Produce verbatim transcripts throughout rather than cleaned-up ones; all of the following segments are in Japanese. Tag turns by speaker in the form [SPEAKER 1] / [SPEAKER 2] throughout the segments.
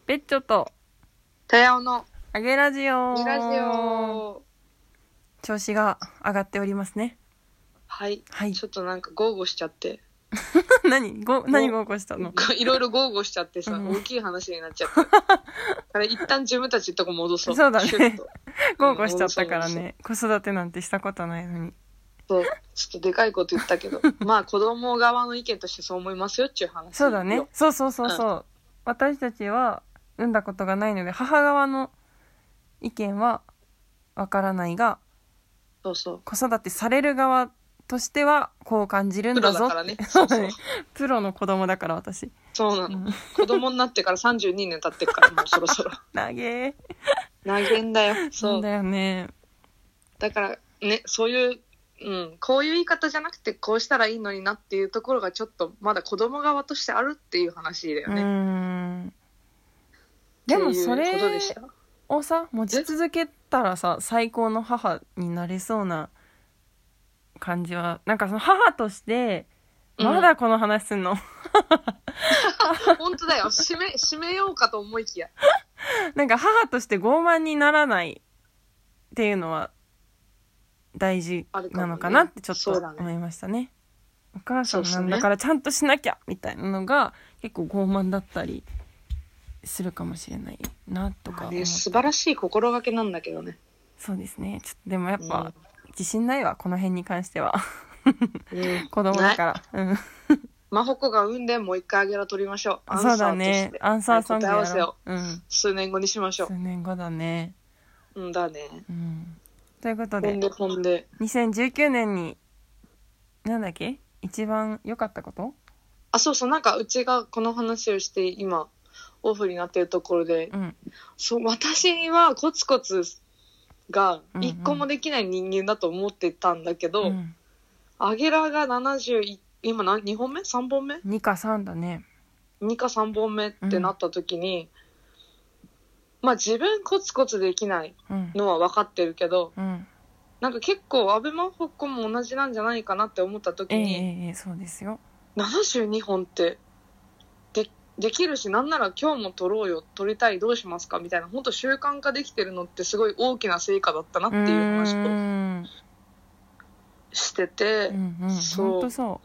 [SPEAKER 1] ペッチョと
[SPEAKER 2] タヤオの
[SPEAKER 1] あげラジオ。
[SPEAKER 2] あげラジオ。
[SPEAKER 1] 調子が上がっておりますね。
[SPEAKER 2] はい、
[SPEAKER 1] はい、
[SPEAKER 2] ちょっとなんかゴーゴしちゃって
[SPEAKER 1] 何ご何ゴーゴしたの？
[SPEAKER 2] いろいろゴーゴしちゃってさ、うん、大きい話になっちゃったから一旦自分たちのとこ戻そう。
[SPEAKER 1] そうだねゴーゴしちゃったからね、子育てなんてしたことないのに。
[SPEAKER 2] そう、ちょっとでかいこと言ったけどまあ子供側の意見としてそう思いますよっていう話。
[SPEAKER 1] そうだね、そうそうそうそう、うん、私たちは産んだことがないので母側の意見はわからないが、
[SPEAKER 2] そうそう、
[SPEAKER 1] 子育てされる側としてはこう感じるんだぞって。プロだからね。
[SPEAKER 2] そうそう
[SPEAKER 1] プロの子供だから私。
[SPEAKER 2] そうなの、うん、子供になってからさんじゅうにねん経ってるからもうそろそろ
[SPEAKER 1] 長え
[SPEAKER 2] 長えんだよ。そう
[SPEAKER 1] なんだよね。
[SPEAKER 2] だからね、そういううん、こういう言い方じゃなくてこうしたらいいのになっていうところがちょっとまだ子供側としてあるっていう話だよね。
[SPEAKER 1] うーん、でもそれをさ持ち続けたらさ最高の母になれそうな感じは、なんかその母としてまだこの話すんの、うん、
[SPEAKER 2] 本当だよ。締め締めようかと思いきや
[SPEAKER 1] なんか母として傲慢にならないっていうのは大事なのかなってちょっと思いました ね, ねお母さんなんだからちゃんとしなきゃみたいなのが結構傲慢だったりするかもしれないなとか思って、
[SPEAKER 2] ね、素晴らしい心がけなんだけどね。
[SPEAKER 1] そうですね。ちょっとでもやっぱ、うん、自信ないわこの辺に関しては、うん、子供だから、うん、
[SPEAKER 2] 真帆が産んでもう一回あげら取りましょう。
[SPEAKER 1] そうだね、アンサーソングやろう、
[SPEAKER 2] 答え合わせを、うん、数年後にしましょう。
[SPEAKER 1] 数年後だね。
[SPEAKER 2] うんだね、
[SPEAKER 1] うん、ということで
[SPEAKER 2] ほんでほんで
[SPEAKER 1] にせんじゅうきゅうねんになんだっけ一番良かったこと、
[SPEAKER 2] あ、そうそう、なんかうちがこの話をして今オフになってるところで、うん、そう私はコツコツが一個もできない人間だと思ってたんだけど、うんうん、アゲラがななじゅう、今何にほんめ ?さん 本目 ?
[SPEAKER 1] に かさんだね。
[SPEAKER 2] にかさんぼんめってなった時に、うん、まあ自分コツコツできないのは分かってるけど、うん、なんか結構アベマホッコも同じなんじゃないかなって思った時に、
[SPEAKER 1] えーえー、そうですよ、
[SPEAKER 2] ななじゅうにほんってでできるし、なんなら今日も撮ろうよ、撮りたい、どうしますかみたいな、本当習慣化できてるのってすごい大きな成果だったなっていう話をしてて、
[SPEAKER 1] うんうん、そう、本当そう。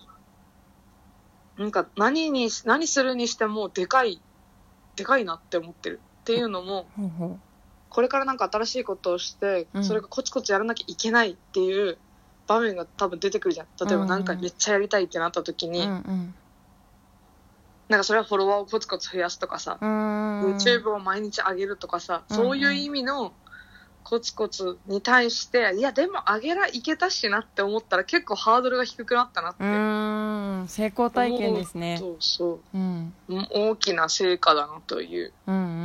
[SPEAKER 2] なんか何に何するにしてもでかいでかいなって思ってるっていうのも、
[SPEAKER 1] ほうほう、
[SPEAKER 2] これからなんか新しいことをして、うん、それがコツコツやらなきゃいけないっていう場面が多分出てくるじゃん。例えばなんかめっちゃやりたいってなった時に、うんうん、なんかそれはフォロワーをコツコツ増やすとかさ、YouTube を毎日上げるとかさ、そういう意味のコツコツに対して、いやでも上げらいけたしなって思ったら結構ハードルが低くなったなって。う
[SPEAKER 1] ーん、成功体験ですね。
[SPEAKER 2] そうそう、うん、大きな成果だなという。
[SPEAKER 1] うんうんうんうん。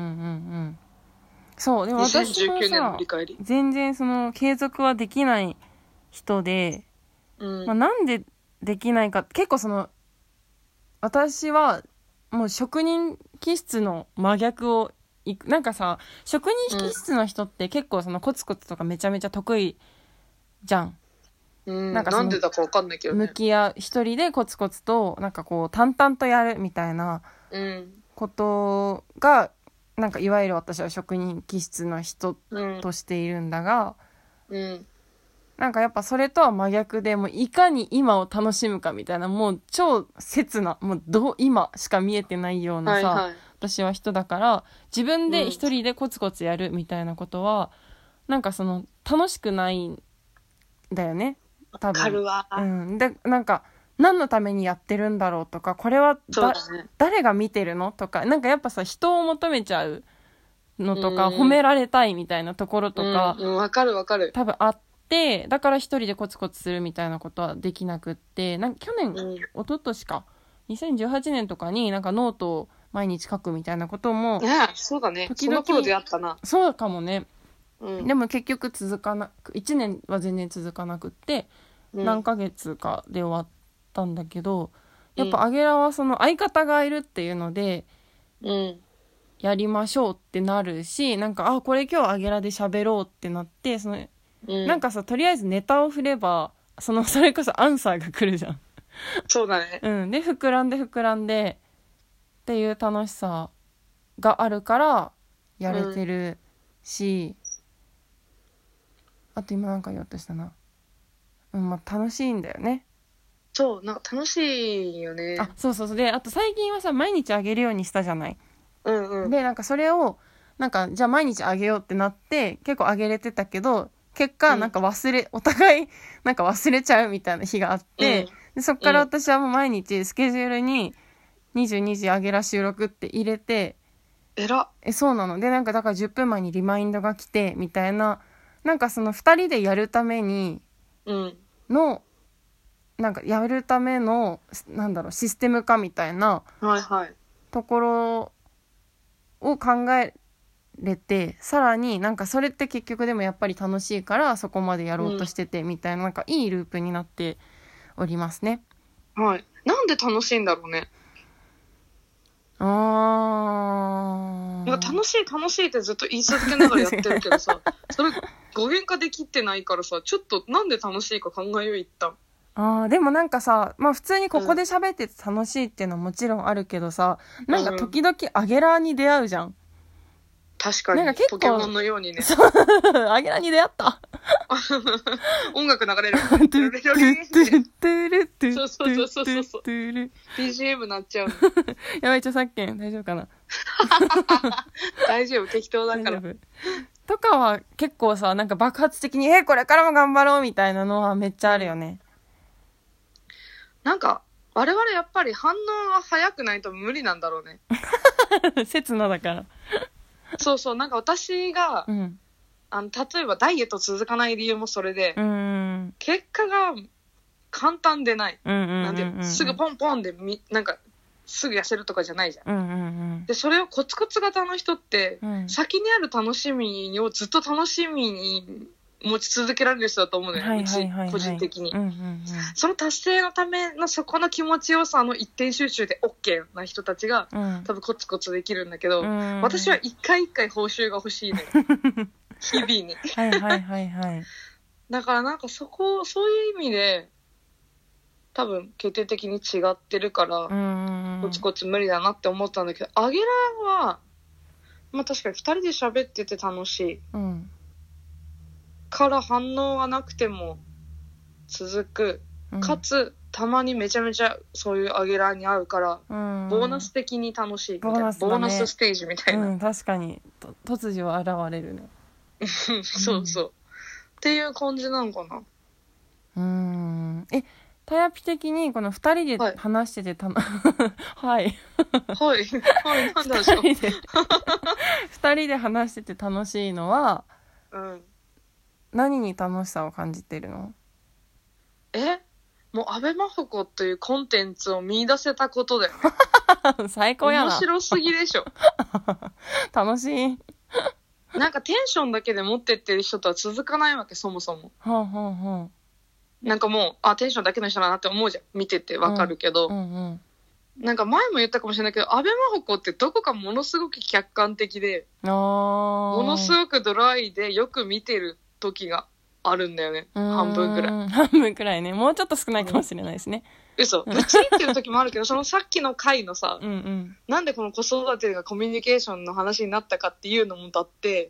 [SPEAKER 1] そう、でも私もさ、にせんじゅうきゅうねんの振り返り、全然その継続はできない人で、うん、まあ、なんでできないか、結構その私はもう職人気質の真逆をいく、なんかさ、職人気質の人って結構そのコツコツとかめちゃめちゃ得意じゃん。
[SPEAKER 2] うん、なんかなんでだか分かんないけどね。
[SPEAKER 1] 向き合う、一人でコツコツとなんかこう淡々とやるみたいなことが、なんかいわゆる私は職人気質の人としているんだが、うんうん、なんかやっぱそれとは真逆で、もういかに今を楽しむかみたいな、もう超切な、もうど今しか見えてないようなさ、はいはい、私は人だから、自分で一人でコツコツやるみたいなことは、うん、なんかその楽しくないんだよね、多分。
[SPEAKER 2] わかるわ。
[SPEAKER 1] うん、でなんか何のためにやってるんだろうとか、これはだ、ね、誰が見てるのとか、なんかやっぱさ、人を求めちゃうのとか、褒められたいみたいなところとか、
[SPEAKER 2] うん、わかるわかる。
[SPEAKER 1] 多分あって、だから一人でコツコツするみたいなことはできなくって、なんか去年、うん、一昨年か、にせんじゅうはちねんとかになんかノートを毎日書くみたいなことも、
[SPEAKER 2] ああ、そうだね。時々その頃であったな。
[SPEAKER 1] そうかもね。うん、でも結局続かなく、いちねんは全然続かなくって、うん、何ヶ月かで終わったんだけど、やっぱアゲラはその相方がいるっていうので、うん、やりましょうってなるし、なんかあこれ今日アゲラで喋ろうってなって、その、うん、なんかさ、とりあえずネタを振ればそのそれこそアンサーが来るじゃん。
[SPEAKER 2] そうだね。
[SPEAKER 1] うん、で膨らんで膨らんでっていう楽しさがあるからやれてるし、うん、あと今なんか言おうとしたな、うんまあ、楽しいんだよね。
[SPEAKER 2] そうなんか楽しいよね。
[SPEAKER 1] あそうそうそう。であと最近はさ毎日あげるようにしたじゃない。
[SPEAKER 2] うんうん、
[SPEAKER 1] でなんかそれをなんかじゃあ毎日あげようってなって結構あげれてたけど、結果なんか忘れ、うん、お互いなんか忘れちゃうみたいな日があって、うん、でそっから私はもう毎日スケジュールににじゅうにじあげら収録って入れて、
[SPEAKER 2] えら
[SPEAKER 1] えそうなのでなんかだからじゅっぷんまえにリマインドが来てみたいな、なんかそのふたりでやるためにの、うん、なんかやるためのなんだろうシステム化みたいなところを考えれて、さらになんかそれって結局でもやっぱり楽しいからそこまでやろうとしててみたいな、うん、なんかいいループになっておりますね。
[SPEAKER 2] はい。なんで楽しいんだろうね。
[SPEAKER 1] あー
[SPEAKER 2] なんか楽しい楽しいってずっと言い続けながらやってるけどさそれ語源化できてないからさ、ちょっとなんで楽しいか考えよう一旦。
[SPEAKER 1] あーでもなんかさ、まあ普通にここで喋ってて楽しいっていうのはもちろんあるけどさ、うん、なんか時々アゲラーに出会うじゃん。
[SPEAKER 2] 確かになんか結構ポケモンのようにね
[SPEAKER 1] アゲラーに出会った
[SPEAKER 2] 音楽流れる
[SPEAKER 1] トゥトゥトゥトゥルトゥ
[SPEAKER 2] そうそうそうそうそう ビージーエム なっちゃう
[SPEAKER 1] やばい著作権大丈夫かな
[SPEAKER 2] 大丈夫適当だから
[SPEAKER 1] とかは結構さなんか爆発的にえこれからも頑張ろうみたいなのはめっちゃあるよね。
[SPEAKER 2] なんか我々やっぱり反応が早くないと無理なんだろうね
[SPEAKER 1] 刹那だから
[SPEAKER 2] そうそうなんか私が、うん、あの例えばダイエット続かない理由もそれで、うん、結果が簡単でない、うんうんうんうん、なんていうのすぐポンポンでみなんかすぐ痩せるとかじゃないじゃん、うんうんうん、でそれをコツコツ型の人って、うん、先にある楽しみをずっと楽しみに持ち続けられる人だと思うんだよね、はいはいはいはい、うち個人的に、うんうんうん、その達成のためのそこの気持ちよさの一点集中で OK な人たちが、うん、多分コツコツできるんだけど、うん、私は一回一回報酬が欲しいのよ日々に
[SPEAKER 1] はいはいはいはい
[SPEAKER 2] だからなんかそこそういう意味で多分決定的に違ってるから、うん、コツコツ無理だなって思ったんだけど、アゲラはまあ確かにふたりで喋ってて楽しい、うんから反応がなくても続く、うん、かつたまにめちゃめちゃそういうアゲラーに合うから、うん、ボーナス的に楽しいみたいなボーナス、ね、ボーナスステージみたいな、
[SPEAKER 1] うん、確かに突如現れるね
[SPEAKER 2] そうそう、うん、っていう感じなのかな。
[SPEAKER 1] うーんえタヤピ的にこのふたりで話しててたのはい
[SPEAKER 2] はいはいなんでしょう
[SPEAKER 1] ふたりで話してて楽しいのは、
[SPEAKER 2] うん
[SPEAKER 1] 何に楽しさを感じてるの？
[SPEAKER 2] えもうアベマホコというコンテンツを見出せたことだよね
[SPEAKER 1] 最高やな
[SPEAKER 2] 面白すぎでしょ
[SPEAKER 1] 楽しい
[SPEAKER 2] なんかテンションだけで持ってってる人とは続かないわけそもそも、
[SPEAKER 1] はあはあはあ、
[SPEAKER 2] なんかもうあテンションだけの人だなって思うじゃん見ててわかるけど、うんうんうん、なんか前も言ったかもしれないけどアベマホコってどこかものすごく客観的で
[SPEAKER 1] あ
[SPEAKER 2] ものすごくドライでよく見てる時があるんだよね。半分ぐらい
[SPEAKER 1] 半分くらいねもうちょっと少ないかもしれないですね、
[SPEAKER 2] うん、嘘ぶち切ってる時もあるけどそのさっきの回のさ、
[SPEAKER 1] うんうん、
[SPEAKER 2] なんでこの子育てがコミュニケーションの話になったかっていうのもだって、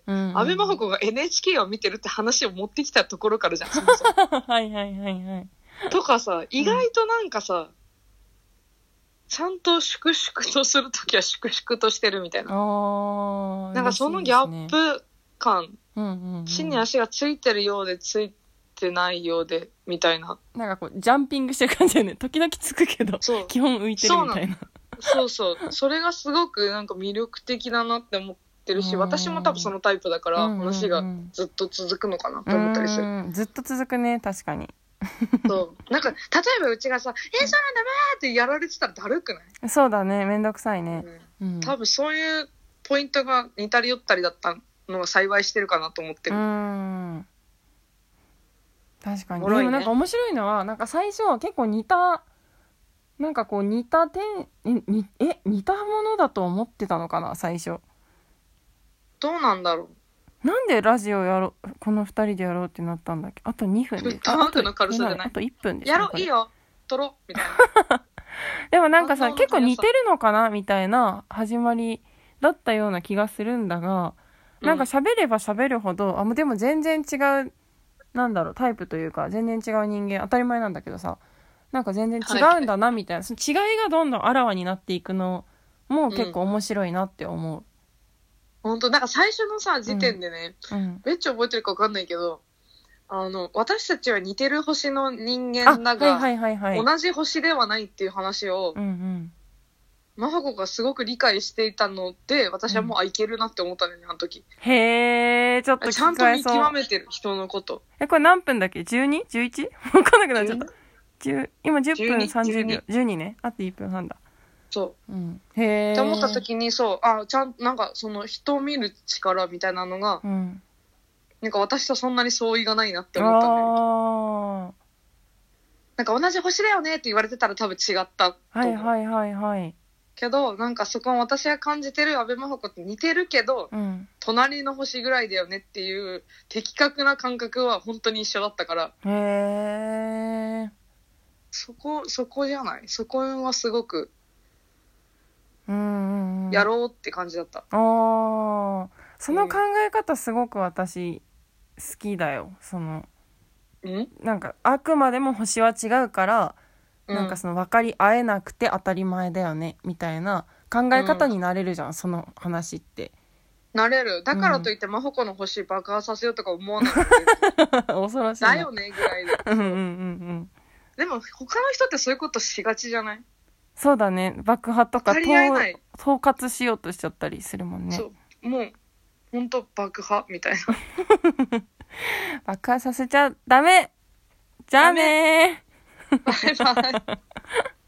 [SPEAKER 2] うんうん、アベマホコが エヌエイチケー を見てるって話を持ってきたところからじゃんそもそも
[SPEAKER 1] はいはいはいはい
[SPEAKER 2] とかさ意外となんかさ、うん、ちゃんと粛々とするときは粛々としてるみたいな
[SPEAKER 1] あ
[SPEAKER 2] なんかそのギャップ感、
[SPEAKER 1] うんうんうん、
[SPEAKER 2] 地に足がついてるようでついてないようでみたいな
[SPEAKER 1] なんかこうジャンピングしてる感じだよね時々つくけど基本浮いてるみたいな
[SPEAKER 2] そうそうそれがすごくなんか魅力的だなって思ってるし私も多分そのタイプだから話がずっと続くのかなって思ったりする、
[SPEAKER 1] うんうん、ずっと続くね確かに
[SPEAKER 2] そうなんか例えばうちがさ「えー、そうなんだばー」ってやられてたらだるくない
[SPEAKER 1] そうだねめんどくさいね、
[SPEAKER 2] うんうん、多分そういうポイントが似たり寄ったりだったのが幸いしてるかなと思ってる。
[SPEAKER 1] うん確かに、ね、でもなんか面白いのはなんか最初は結構似たなんかこう似た点えにえ似たものだと思ってたのかな最初。
[SPEAKER 2] どうなんだろ
[SPEAKER 1] うなんでラジオやろこのふたりでやろうってなったんだっけあとにふんで
[SPEAKER 2] タワークの軽さじゃない
[SPEAKER 1] あといっぷんで
[SPEAKER 2] やろういいよ撮ろうみたいな
[SPEAKER 1] でもなんかさ結構似てるのかなみたいな始まりだったような気がするんだが、なんか喋れば喋るほど、あ、もうでも全然違う、なんだろう、タイプというか全然違う人間、当たり前なんだけどさ、なんか全然違うんだなみたいな、はい、その違いがどんどんあらわになっていくのも結構面白いなって思う。うん、
[SPEAKER 2] 本当なんか最初のさ時点でね、うん、めっちゃ覚えてるか分かんないけど、あの私たちは似てる星の人間だが、はいはいはいはい、同じ星ではないっていう話を、うんうん、マハコがすごく理解していたので、私はもう、うん、あいけるなって思ったのね、あの時。
[SPEAKER 1] へー、ちょっと聞
[SPEAKER 2] ちゃんと見極めてる人のこと。
[SPEAKER 1] え、これ何分だっけ ?じゅうに?じゅういち? 分かんなくなっちゃった。じゅう今じゅっぷんさんじゅうびょう。じゅうにね。あといっぷんはんだ。
[SPEAKER 2] そう。
[SPEAKER 1] うん、へー。
[SPEAKER 2] って思った時に、そう、あ、ちゃん、なんかその人を見る力みたいなのが、うん、なんか私とそんなに相違がないなって思ったんだよ。なんか同じ星だよねって言われてたら多分違ったと思う。はいはいはいはい。けど、なんかそこも私が感じてる安倍真帆子って似てるけど、うん、隣の星ぐらいだよねっていう的確な感覚は本当に一緒だったから。へー。そこ、そこじゃない？そこはすごく、うんうん、やろうって感じだった。
[SPEAKER 1] あー。その考え方すごく私好きだよ。その、ん？なんかあくまでも星は違うから、なんかその分かり合えなくて当たり前だよねみたいな考え方になれるじゃん、うん、その話って。
[SPEAKER 2] なれる。だからといって真帆子の星爆破させようとか思わない
[SPEAKER 1] 恐ろしいな。
[SPEAKER 2] だよねぐらいでうんうんうん、うん、でも他の人ってそういうことしがちじゃない？
[SPEAKER 1] そうだね。爆破とか統括しようとしちゃったりするもんね。
[SPEAKER 2] そうもうほんと爆破みたいな
[SPEAKER 1] 爆破させちゃダメ。じゃあねー。
[SPEAKER 2] バイバイ。